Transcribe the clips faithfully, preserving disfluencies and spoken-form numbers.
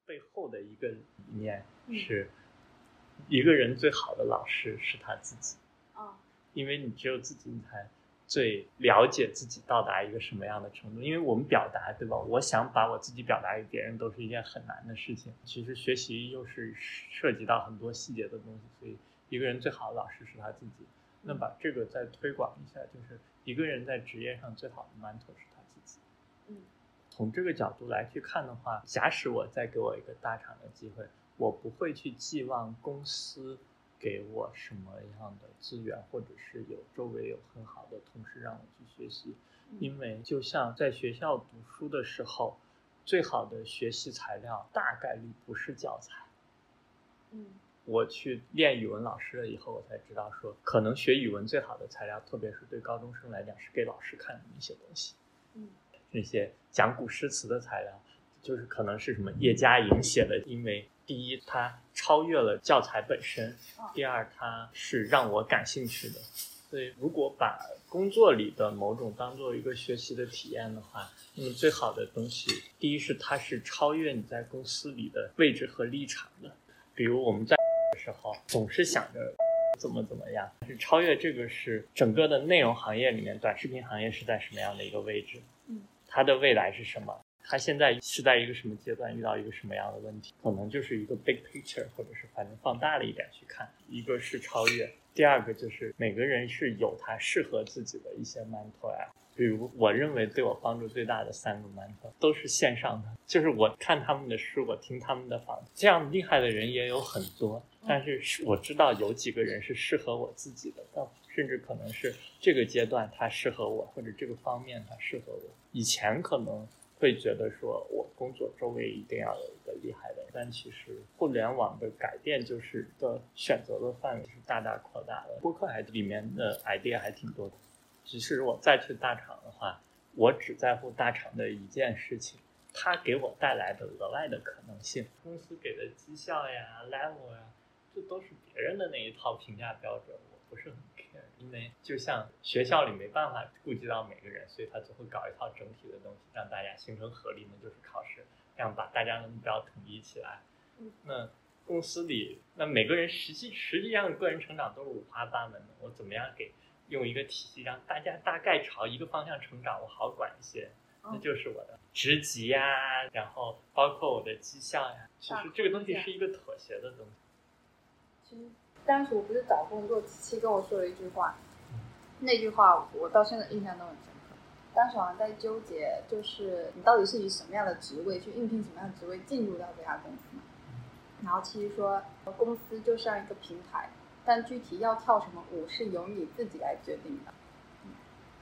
背后的一个理念是，一个人最好的老师是他自己。 嗯， 因为你只有自己，你才最了解自己到达一个什么样的程度。因为我们表达，对吧？我想把我自己表达给别人，都是一件很难的事情。其实学习又是涉及到很多细节的东西，所以一个人最好的老师是他自己。那把这个再推广一下，就是一个人在职业上最好的 mentor 是他自己。 嗯， 从这个角度来去看的话，假使我再给我一个大厂的机会，我不会去寄望公司给我什么样的资源，或者是有周围有很好的同事让我去学习。因为就像在学校读书的时候，最好的学习材料大概率不是教材。 嗯， 我去练语文老师了以后，我才知道说，可能学语文最好的材料，特别是对高中生来讲，是给老师看的一些东西。 嗯， 那些讲古诗词的材料，就是可能是什么叶嘉莹写的，因为第一它超越了教材本身，第二它是让我感兴趣的。所以如果把工作里的某种当做一个学习的体验的话，那么最好的东西，第一是它是超越你在公司里的位置和立场的。比如我们在的时候总是想着怎么怎么样，但是超越这个是整个的内容行业里面，短视频行业是在什么样的一个位置， 嗯， 它的未来是什么，它现在是在一个什么阶段，遇到一个什么样的问题，可能就是一个 big picture， 或者是反正放大了一点去看。一个是超越，第二个就是每个人是有他适合自己的一些 mentor 啊。比如我认为对我帮助最大的三个 mentor 都是线上的，就是我看他们的书，我听他们的访谈，这样厉害的人也有很多，但是我知道有几个人是适合我自己的，甚至可能是这个阶段他适合我，或者这个方面他适合我。以前可能会觉得说我工作周围一定要有一个厉害的人，但其实互联网的改变就是的选择的范围是大大扩大了。播客还里面的 idea 还挺多的，只是我再去大厂的话，我只在乎大厂的一件事情，它给我带来的额外的可能性。公司给的绩效呀 level 呀，这都是别人的那一套评价标准，我不是很 care。因为就像学校里没办法顾及到每个人，所以他就会搞一套整体的东西，让大家形成合力，那就是考试，这样把大家的目标统一起来。那公司里，那每个人实际实际上个人成长都是五花八门的，我怎么样给用一个体系让大家大概朝一个方向成长，我好管一些，那就是我的职级呀，然后包括我的绩效呀。其实这个东西是一个妥协的东西。 其实当时我不是找工作，七七跟我说了一句话，那句话我到现在印象都很深刻。当时好像在纠结，就是你到底是以什么样的职位去应聘什么样的职位进入到这家公司嘛。然后其实说公司就像一个平台，但具体要跳什么舞是由你自己来决定的。嗯、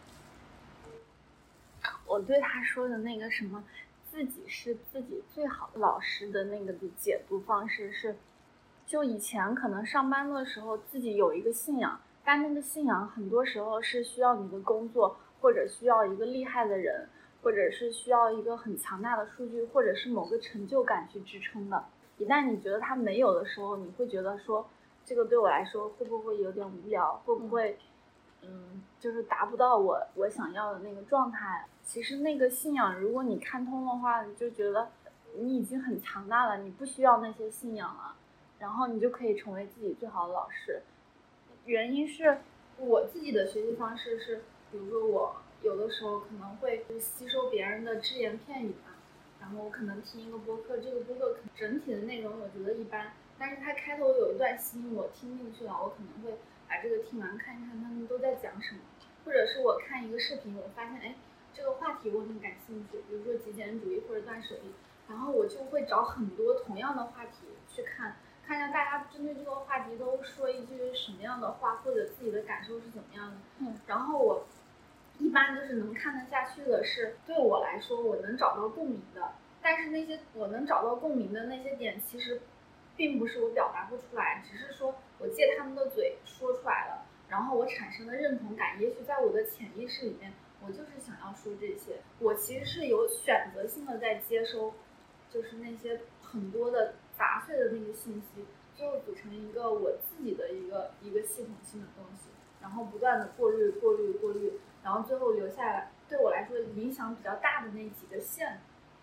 我对他说的那个什么自己是自己最好的老师的那个的解读方式是，就以前可能上班的时候自己有一个信仰，但那个信仰很多时候是需要你的工作，或者需要一个厉害的人，或者是需要一个很强大的数据，或者是某个成就感去支撑的。一旦你觉得它没有的时候，你会觉得说这个对我来说会不会有点无聊，会不会嗯就是达不到我我想要的那个状态。其实那个信仰如果你看通的话，你就觉得你已经很强大了，你不需要那些信仰了，然后你就可以成为自己最好的老师。原因是我自己的学习方式是，比如说我有的时候可能会吸收别人的只言片语嘛，然后我可能听一个播客，这个播客整体的内容我觉得一般，但是它开头有一段吸引我听进去了，我可能会把这个听完，看一看他们都在讲什么。或者是我看一个视频，我发现哎这个话题我很感兴趣，比如说极简主义或者断舍离，然后我就会找很多同样的话题去看，看一下大家针对这个话题都说一句什么样的话，或者自己的感受是怎么样的。嗯，然后我一般就是能看得下去的是对我来说我能找到共鸣的，但是那些我能找到共鸣的那些点其实并不是我表达不出来，只是说我借他们的嘴说出来了，然后我产生的认同感也许在我的潜意识里面我就是想要说这些。我其实是有选择性的在接收就是那些很多的杂碎的那个信息，最后组成一个我自己的一个一个系统性的东西，然后不断的过滤过滤过滤，然后最后留下来对我来说影响比较大的那几个线，就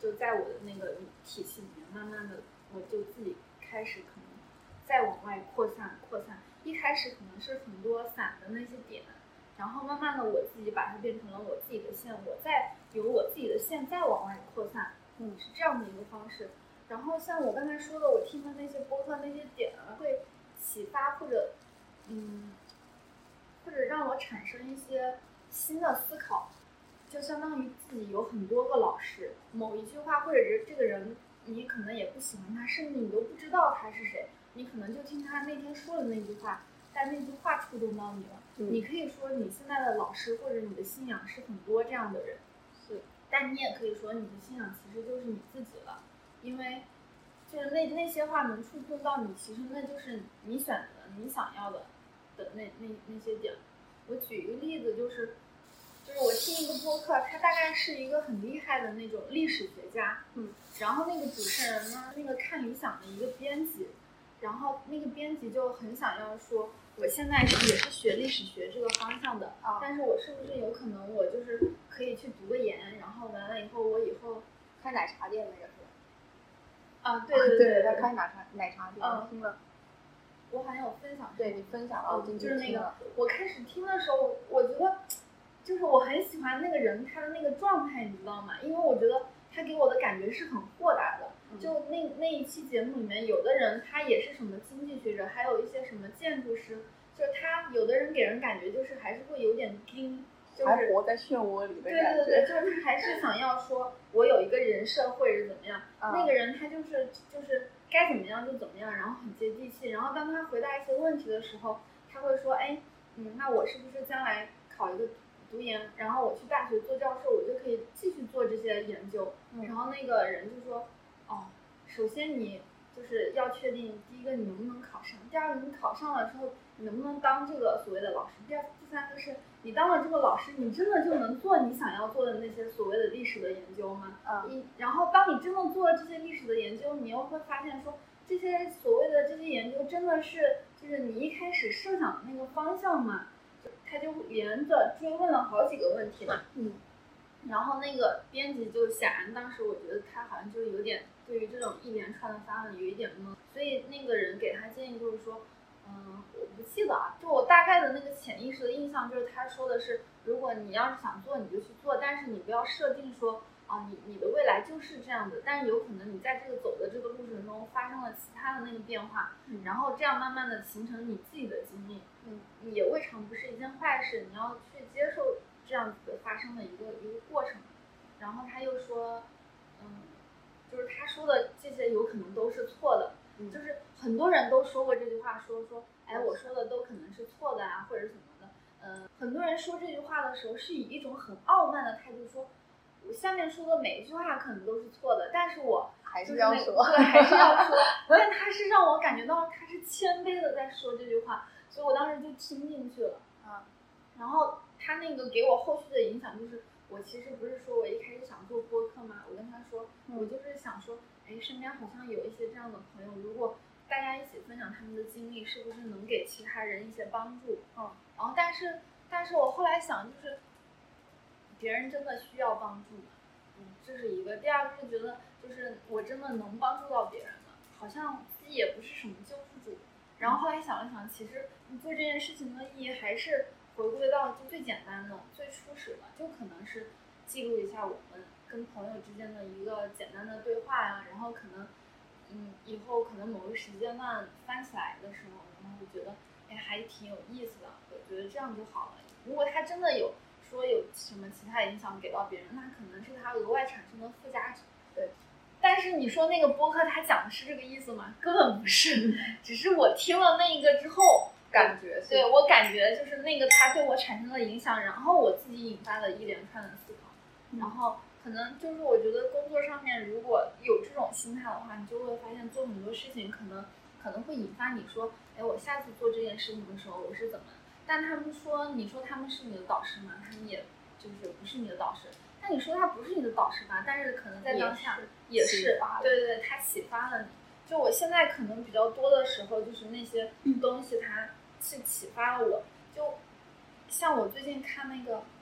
就在我的那个体系里面，慢慢的我就自己开始可能再往外扩散扩散。一开始可能是很多散的那些点，然后慢慢的我自己把它变成了我自己的线，我再由我自己的线再往外扩散，嗯，是这样的一个方式。然后像我刚才说的，我听的那些播客那些点啊，会启发或者嗯，或者让我产生一些新的思考，就相当于自己有很多个老师，某一句话或者是这个人你可能也不喜欢他，甚至你都不知道他是谁，你可能就听他那天说的那句话，但那句话触动到你了，嗯，你可以说你现在的老师或者你的信仰是很多这样的人， 是， 但你也可以说你的信仰其实就是你自己了，因为就是那那些话能触动到你，其实那就是你选择你想要的的那那那些点。我举一个例子，就是就是我听一个播客，他大概是一个很厉害的那种历史学家，嗯，然后那个主持人呢，那个看理想的一个编辑，然后那个编辑就很想要说，我现在是也是学历史学这个方向的，啊，但是我是不是有可能我就是可以去读个研，然后完了以后我以后开奶茶店那个是吧？ 啊，对对 对, 对, 对，他开奶茶奶茶店， 嗯， 听了。 我好像有分享， 对你分享了， 嗯，就是那个我开始听的时候，我觉得就是我很喜欢那个人他的那个状态，你知道吗？因为我觉得他给我的感觉是很豁达的。嗯，就那那一期节目里面，有的人他也是什么经济学者，还有一些什么建筑师，就是他有的人给人感觉就是还是会有点硬，就是还活在漩涡里的感觉。 对对对，就是他还是想要说我有一个人设或者是怎么样，嗯，那个人他就是就是该怎么样就怎么样，然后很接地气，然后当他回答一些问题的时候，他会说，哎，嗯，那我是不是将来考一个读研，然后我去大学做教授，我就可以继续做这些研究，嗯，然后那个人就说，哦，首先你就是要确定，第一个你能不能考上，第二个你考上了之后你能不能当这个所谓的老师，第二第三个是你当了这个老师，你真的就能做你想要做的那些所谓的历史的研究吗？嗯，你然后当你真的做了这些历史的研究，你又会发现说这些所谓的这些研究真的是就是你一开始设想的那个方向吗？他就连着追问了好几个问题嘛，嗯，然后那个编辑就显然当时我觉得他好像就有点对于这种一连串的发问有一点懵，所以那个人给他建议就是说，嗯，我不记得啊，就我大概的那个潜意识的印象就是他说的是，如果你要是想做你就去做，但是你不要设定说啊，你你的未来就是这样的，但是有可能你在这个走的这个路程中发生了其他的那个变化，嗯，然后这样慢慢的形成你自己的经历，嗯，也未尝不是一件坏事，你要去接受这样子的发生的一个一个过程。然后他又说，嗯，就是他说的这些有可能都是错的，嗯，就是很多人都说过这句话，说说，哎，我说的都可能是错的啊，或者什么的，嗯，很多人说这句话的时候是以一种很傲慢的态度说，我下面说的每一句话可能都是错的，但是我还是要说， 对，还是要说，但他是让我感觉到他是谦卑的在说这句话，所以我当时就听进去了，啊，然后他那个给我后续的影响就是。我其实不是说我一开始想做播客吗？我跟他说，嗯，我就是想说，哎，身边好像有一些这样的朋友，如果大家一起分享他们的经历，是不是能给其他人一些帮助？嗯，然后但是，但是我后来想，就是别人真的需要帮助吗？嗯，这是一个。第二个是觉得，就是我真的能帮助到别人吗？好像自己也不是什么救世主。然后后来想了想，其实你做这件事情的意义还是。回归到就最简单的、最初始的，就可能是记录一下我们跟朋友之间的一个简单的对话呀，然后可能，嗯，以后可能某个时间段翻起来的时候，然后就觉得，哎，还挺有意思的，我觉得这样就好了。如果他真的有说有什么其他影响给到别人，那可能是他额外产生的附加值。对。但是你说那个播客他讲的是这个意思吗？根本不是，只是我听了那一个之后。 感觉对我感觉就是那个他对我产生的影响，然后我自己引发了一连串的思考，嗯，然后可能就是我觉得工作上面如果有这种心态的话，你就会发现做很多事情可能可能会引发你说，哎，我下次做这件事情的时候我是怎么？但他们说你说他们是你的导师吗？他们也就是不是你的导师。那你说他不是你的导师吧？但是可能在当下也是，也是对对对，他启发了你。就我现在可能比较多的时候，就是那些东西它。是启发了我，就像我最近看那个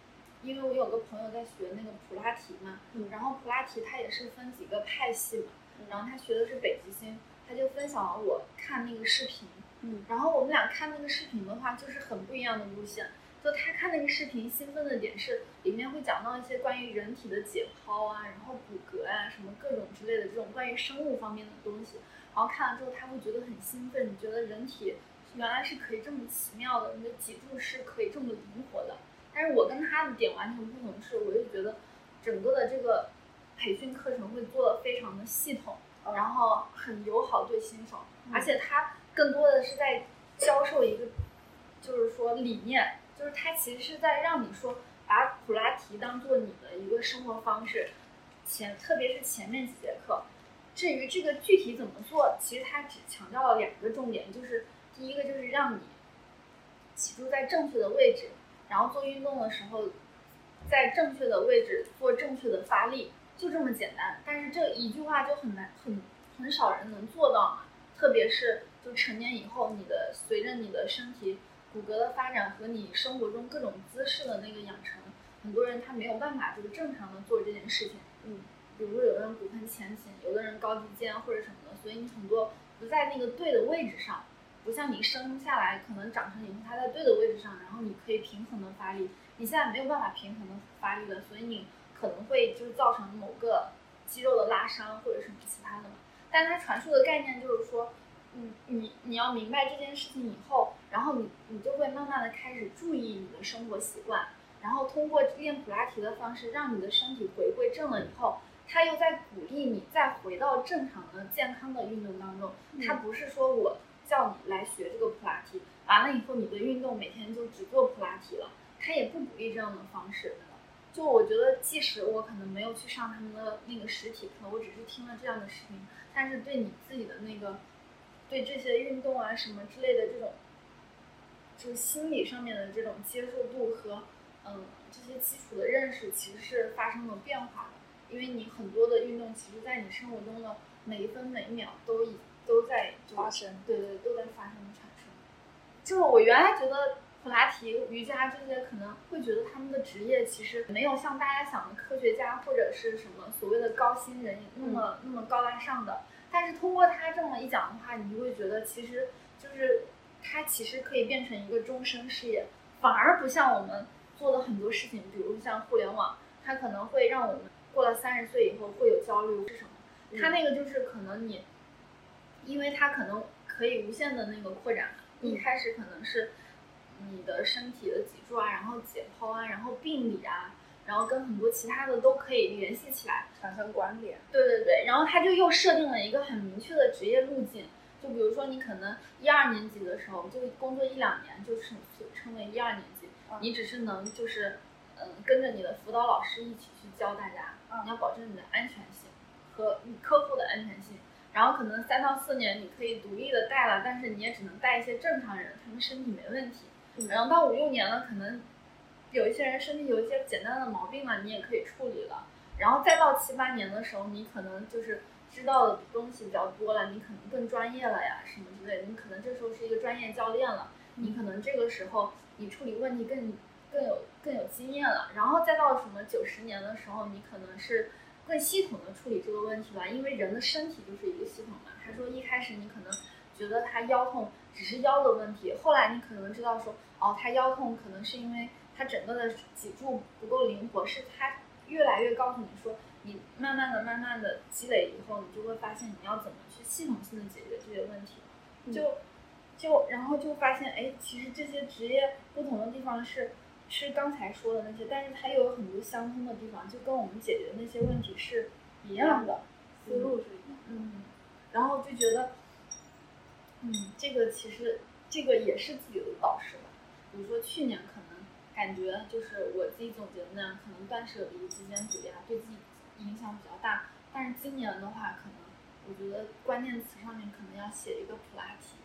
因为我有个朋友在学那个普拉提嘛， 嗯、 然后普拉提它也是分几个派系嘛，嗯、然后他学的是北极星，他就分享了我看那个视频， 嗯， 然后我们俩看那个视频的话，就是很不一样的路线。就他看那个视频兴奋的点是，里面会讲到一些关于人体的解剖啊，然后骨骼啊，什么各种之类的这种关于生物方面的东西。然后看了之后，他会觉得很兴奋，你觉得人体原来是可以这么奇妙的，你的脊柱是可以这么灵活的。但是我跟他的点完全不同，是我就觉得整个的这个培训课程会做得非常的系统，然后很友好对新手，而且他更多的是在教授一个，就是说理念，就是他其实是在让你说把普拉提当做你的一个生活方式，前特别是前面几节课。至于这个具体怎么做，其实他只强调了两个重点，就是第一个就是让你脊柱在正确的位置，然后做运动的时候在正确的位置做正确的发力，就这么简单。但是这一句话就很难，很很少人能做到嘛。特别是就成年以后，你的随着你的身体骨骼的发展和你生活中各种姿势的那个养成，很多人他没有办法就是正常的做这件事情。嗯，比如说有的人骨盆前倾，有的人高低肩或者什么的，所以你很多不在那个对的位置上。不像你生下来可能长成以后它在对的位置上，然后你可以平衡的发力，你现在没有办法平衡的发力了，所以你可能会就是造成某个肌肉的拉伤或者什么其他的嘛。但它传输的概念就是说，嗯，你你要明白这件事情以后，然后你你就会慢慢的开始注意你的生活习惯，然后通过练普拉提的方式让你的身体回归正了以后，它又在鼓励你再回到正常的健康的运动当中。它不是说我叫你来学这个普拉提，完了以后你的运动每天就只做普拉提了，他也不鼓励这样的方式。就我觉得即使我可能没有去上他们的那个实体课，我只是听了这样的视频，但是对你自己的那个对这些运动啊什么之类的这种就是心理上面的这种接受度和嗯这些基础的认识其实是发生了变化的。因为你很多的运动其实在你生活中的每一分每一秒都已都在发生， 对对，都在发生产生。就是我原来觉得普拉提、瑜伽这些可能会觉得他们的职业其实没有像大家想的科学家或者是什么所谓的高薪人那么、嗯、那么高大上的。但是通过他这么一讲的话，你就会觉得其实就是它其实可以变成一个终身事业，反而不像我们做的很多事情，比如像互联网，它可能会让我们过了三十岁以后会有焦虑是什么？它那个就是可能你，因为它可能可以无限的那个扩展， 嗯、 一开始可能是你的身体的脊柱啊，然后解剖啊，然后病理啊，然后跟很多其他的都可以联系起来， 产生关联。 对对对，然后它就又设定了一个很明确的职业路径。就比如说你可能一二年级的时候就工作一两年就称称为一二年级， 嗯、 你只是能就是嗯跟着你的辅导老师一起去教大家， 嗯、 你要保证你的安全性和你客户的安全性。然后可能三到四年你可以独立的带了，但是你也只能带一些正常人，他们身体没问题。 嗯、 然后到五六年了，可能有一些人身体有一些简单的毛病了，你也可以处理了。然后再到七八年的时候，你可能就是知道的东西比较多了，你可能更专业了呀，什么之类的。你可能这时候是一个专业教练了， 嗯、 你可能这个时候你处理问题更更有更有经验了。然后再到什么九十年的时候，你可能是更系统的处理这个问题了，因为人的身体就是一个系统嘛。他说一开始你可能觉得他腰痛只是腰的问题，后来你可能知道说，哦，他腰痛可能是因为他整个的脊柱不够灵活，是他越来越告诉你说，你慢慢的、慢慢的积累以后，你就会发现你要怎么去系统性的解决这些问题。就就然后就发现，哎，其实这些职业不同的地方是是刚才说的那些，但是它又有很多相通的地方，就跟我们解决的那些问题是一样的， 思路是一样。 嗯，然后就觉得，嗯，这个其实这个也是自己的导师吧。比如说去年可能感觉就是我自己总结的那样，可能断舍离、极简主义啊，对自己影响比较大。但是今年的话，可能我觉得关键词上面可能要写一个普拉提。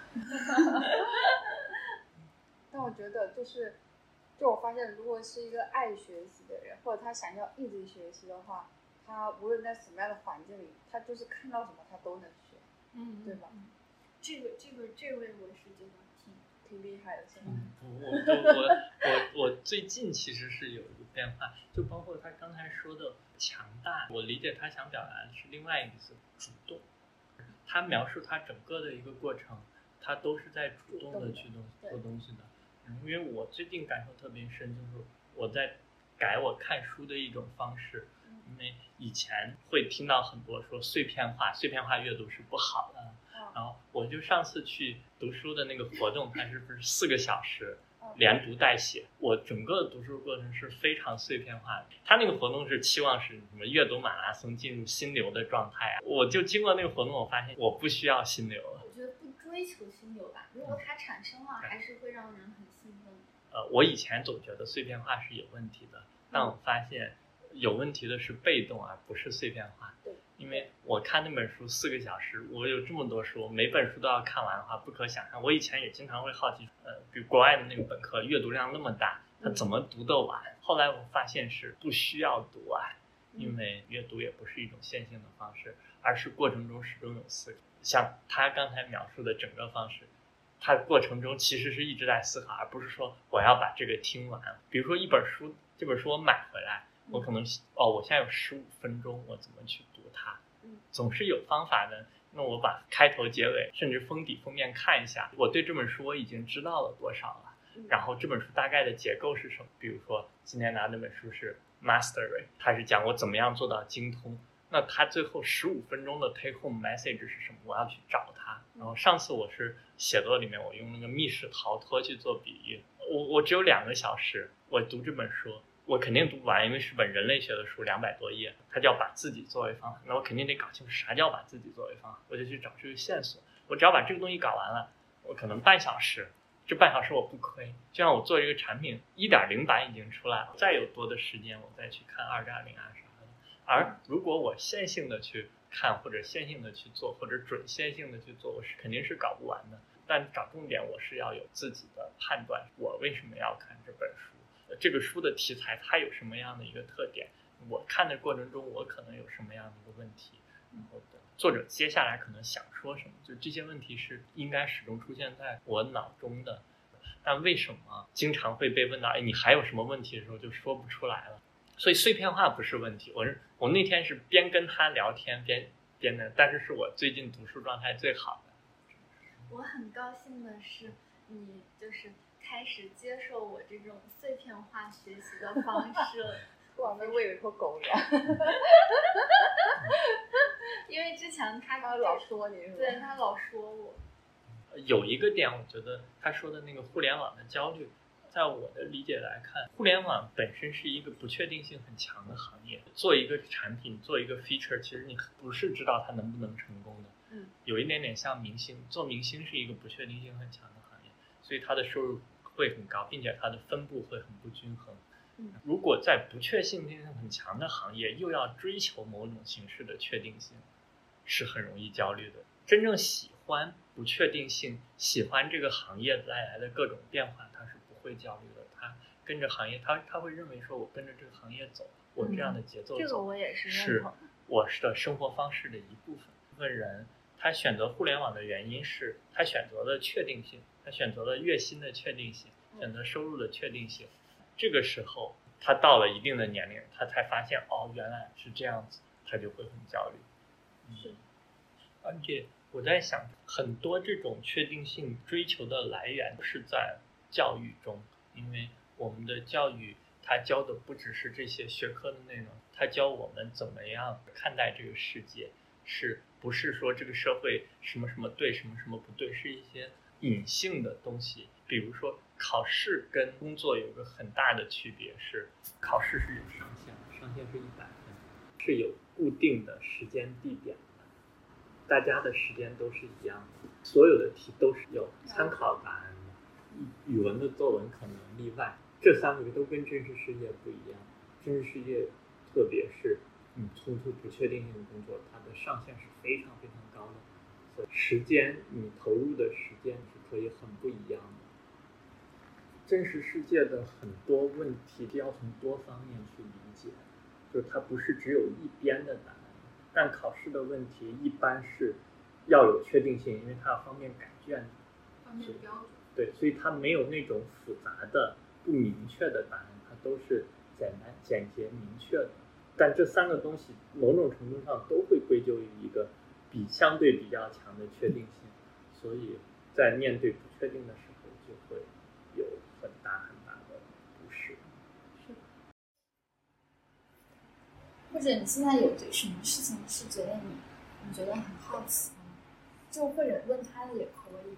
但我觉得就是，就我发现，如果是一个爱学习的人，或者他想要一直学习的话，他无论在什么样的环境里，他就是看到什么他都能学， 嗯， 对吧？ 嗯、这个这个这位我是觉得挺挺厉害的，是吧？ 嗯，我就我我我最近其实是有一个变化，就包括他刚才说的强大，我理解他想表达的是另外一个词，主动。他描述他整个的一个过程，他都是在主动的去动做东西的。嗯，因为我最近感受特别深，就是我在改我看书的一种方式。因为以前会听到很多说碎片化，碎片化阅读是不好的。然后我就上次去读书的那个活动，它是不是四个小时？连读带写，我整个读书过程是非常碎片化的。他那个活动是期望是什么阅读马拉松进入心流的状态啊，我就经过那个活动，我发现我不需要心流了。 我觉得不追求心流吧，如果它产生了，还是会让人很兴奋。 呃，我以前总觉得碎片化是有问题的，但我发现有问题的是被动，而不是碎片化。 对。 因为我看那本书四个小时，我有这么多书，每本书都要看完的话，不可想象。我以前也经常会好奇，呃，比如国外的那个本科阅读量那么大，他怎么读得完？嗯、后来我发现是不需要读完，因为阅读也不是一种线性的方式，而是过程中始终有思考。像他刚才描述的整个方式，他过程中其实是一直在思考，而不是说我要把这个听完。比如说一本书，这本书我买回来，我可能哦，我现在有十五分钟，我怎么去读它？总是有方法的。那我把开头、结尾，甚至封底、封面看一下，我对这本书我已经知道了多少了。然后这本书大概的结构是什么？比如说今天拿那本书是 Mastery， 它是讲我怎么样做到精通。那它最后十五分钟的 take home message 是什么？我要去找它。然后上次我是写作里面，我用那个密室逃脱去做比喻。我我只有两个小时，我读这本书。我肯定读不完，因为是本人类学的书，两百多页，他就要把自己作为方法，那我肯定得搞清楚啥叫把自己作为方法，我就去找这个线索。我只要把这个东西搞完了，我可能半小时，这半小时我不亏。就像我做这个产品 一点零 版已经出来了，再有多的时间我再去看 二点零 啊啥的。而如果我线性的去看，或者线性的去做，或者准线性的去做，我是肯定是搞不完的。但找重点，我是要有自己的判断，我为什么要看这本书。这个书的题材它有什么样的一个特点，我看的过程中我可能有什么样的一个问题，然后作者接下来可能想说什么，就这些问题是应该始终出现在我脑中的。但为什么经常会被问到，哎，你还有什么问题的时候就说不出来了？所以碎片化不是问题。我是我那天是边跟他聊天边边的，但是是我最近读书状态最好的。 我很高兴的是，你就是开始接受我这种碎片化学习的方式了。 哇，那喂了一口狗一样。 因为之前他他老说你是吧？ 对，他老说我。 有一个点，我觉得他说的那个互联网的焦虑，在我的理解来看，互联网本身是一个不确定性很强的行业。做一个产品，做一个 feature， 其实你不是知道它能不能成功的。 嗯， 有一点点像明星，做明星是一个不确定性很强的行业，所以它的收入会很高，并且它的分布会很不均衡。 嗯， 如果在不确定性很强的行业，又要追求某种形式的确定性，是很容易焦虑的。真正喜欢不确定性，喜欢这个行业带来的各种变化，他是不会焦虑的。他跟着行业，他他会认为说，我跟着这个行业走，我这样的节奏走， 嗯、这个我也是认同， 是我的生活方式的一部分。部分人他选择互联网的原因是，他选择了确定性，他选择了月薪的确定性，选择收入的确定性。这个时候，他到了一定的年龄，他才发现，哦，原来是这样子，他就会很焦虑。 是， 而且我在想，很多这种确定性追求的来源是在教育中，因为我们的教育它教的不只是这些学科的内容，它教我们怎么样看待这个世界，是不是说这个社会什么什么对，什么什么不对，是一些隐性的东西。比如说考试跟工作有个很大的区别是，考试是有上限的，上限是一百分，是有固定的时间地点的，大家的时间都是一样的，所有的题都是有参考答案的，语文的作文可能例外。这三个都跟真实世界不一样，真实世界特别是你冲突不确定性的工作，它的上限是非常非常高的，所以时间你投入的时间是可以很不一样的。真实世界的很多问题要从多方面去理解，就是它不是只有一边的答案。但考试的问题一般是要有确定性，因为它要方便改卷， 方便标准。 对，所以它没有那种复杂的不明确的答案，它都是简单、简洁、明确的。但这三个东西某种程度上都会归咎于一个比相对比较强的确定性，所以在面对不确定的时候就会有很大很大的不适。 是。或者你现在有对什么事情是觉得你你觉得很好奇吗？就或者问他的也可以。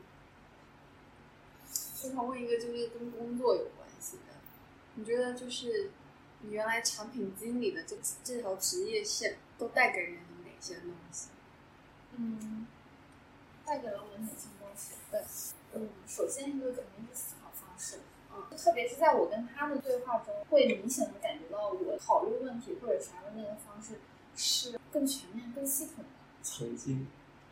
我想问一个就是跟工作有关系的，你觉得就是你原来产品经理的这这条职业线都带给人哪些东西？ 嗯，带给了我哪些东西？对，嗯，首先一个肯定是思考方式，嗯，特别是在我跟他的对话中，会明显的感觉到我考虑问题或者啥的那个方式是更全面、更系统的。 曾经。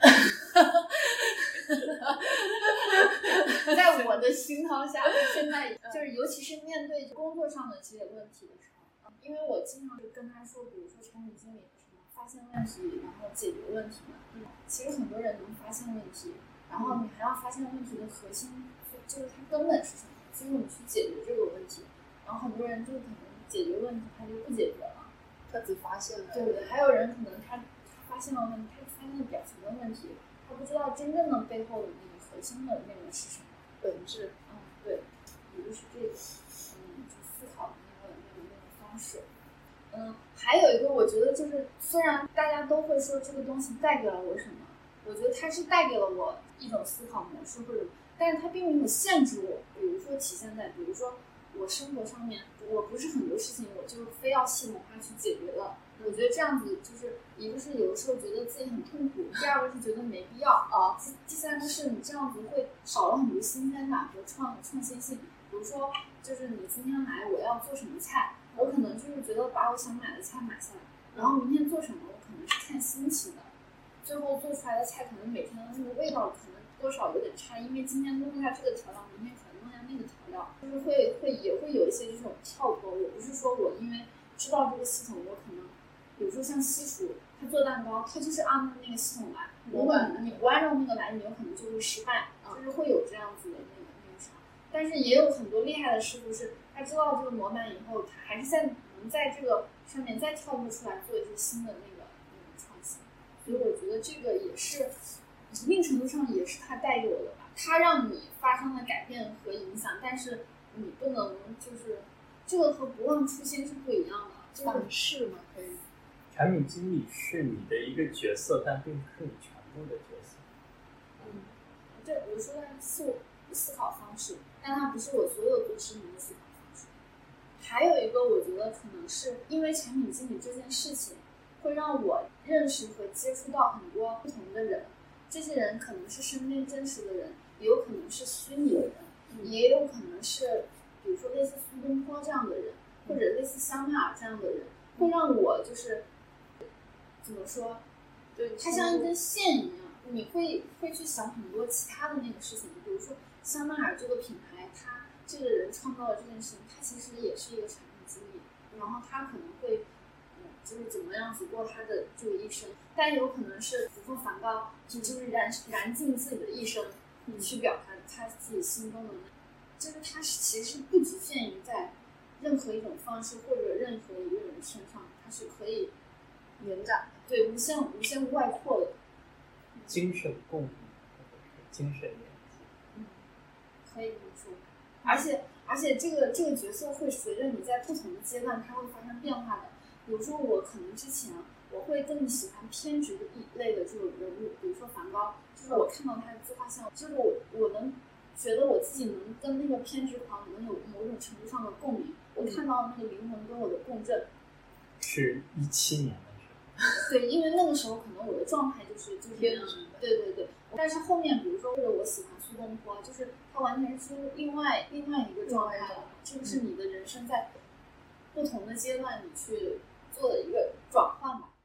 在我的熏陶下，现在就是尤其是面对工作上的这些问题的时候，因为我经常就跟他说，比如说产品经理什么发现问题，然后解决问题嘛。嗯，其实很多人能发现问题，然后你还要发现问题的核心，就是它根本是什么，最后你去解决这个问题。然后很多人就可能解决问题他就不解决了， 他只发现了， 对不对？还有人可能他他发现了问题，他发现了表层的问题。他不知道真正的背后的那个核心的那个是什么本质。 嗯，对，也就是这个，嗯，就思考的那个那个那个方式。嗯，还有一个，我觉得就是，虽然大家都会说这个东西带给了我什么，我觉得它是带给了我一种思考模式，或者，但是它并没有限制我。比如说体现在，比如说我生活上面，我不是很多事情我就非要系统化去解决的。我觉得这样子就是一个是有的时候觉得自己很痛苦，第二个是觉得没必要啊，第第三个是你这样子会少了很多新鲜感和创创新性。比如说，就是你今天来我要做什么菜，我可能就是觉得把我想买的菜买下来，然后明天做什么我可能是看心情的，最后做出来的菜可能每天的那个味道可能多少有点差，因为今天弄一下这个调料，明天可能弄一下那个调料，就是会会也会有一些这种跳脱。我不是说我因为知道这个系统，我可能。比如说像西厨，他做蛋糕，他就是按照那个系统来。如果你不按照那个来，你有可能就会失败，就是会有这样子的那个那个啥。但是也有很多厉害的师傅是，他知道这个模板以后，他还是在能在这个上面再跳脱出来做一些新的那个那个创新。所以我觉得这个也是一定程度上也是他带给我的吧。他让你发生了改变和影响，但是你不能就是这个和不忘初心是不一样的。 方式嘛，可以。 产品经理是你的一个角色，但并不是你全部的角色。 嗯，对，我说的是思思考方式，但它不是我所有做事情的思考方式。还有一个，我觉得可能是因为产品经理这件事情，会让我认识和接触到很多不同的人。这些人可能是身边真实的人，也有可能是虚拟的人，嗯、也有可能是比如说类似苏东坡这样的人，或者类似香奈儿这样的人，会让我就是。怎么说？对，它像一根线一样，你会会去想很多其他的那个事情。比如说香奈儿这个品牌，他这个人创造了这件事情，他其实也是一个产品经理，然后他可能会，嗯，就是怎么样子过他的这个一生。但有可能是，比如说梵高，就是燃燃尽自己的一生，你去表达他自己心中的，就是他其实不局限于在任何一种方式或者任何一个人身上，他是可以。延展，对，无限无限外扩的精神共鸣或者是精神连接， 嗯，可以这么说。而且而且这个这个角色会随着你在不同的阶段，它会发生变化的。比如说我可能之前我会更喜欢偏执的一类的这种人物，比如说梵高，就是我看到他的自画像，就是我我能觉得我自己能跟那个偏执狂能有某种程度上的共鸣，我看到那个灵魂跟我的共振。 是一七年的。 对，因为那个时候可能我的状态就是就是这样，对对对。但是后面，比如说或者我喜欢苏东坡，就是他完全是另外另外一个状态了。这个是你的人生在不同的阶段你去做的一个转换吧。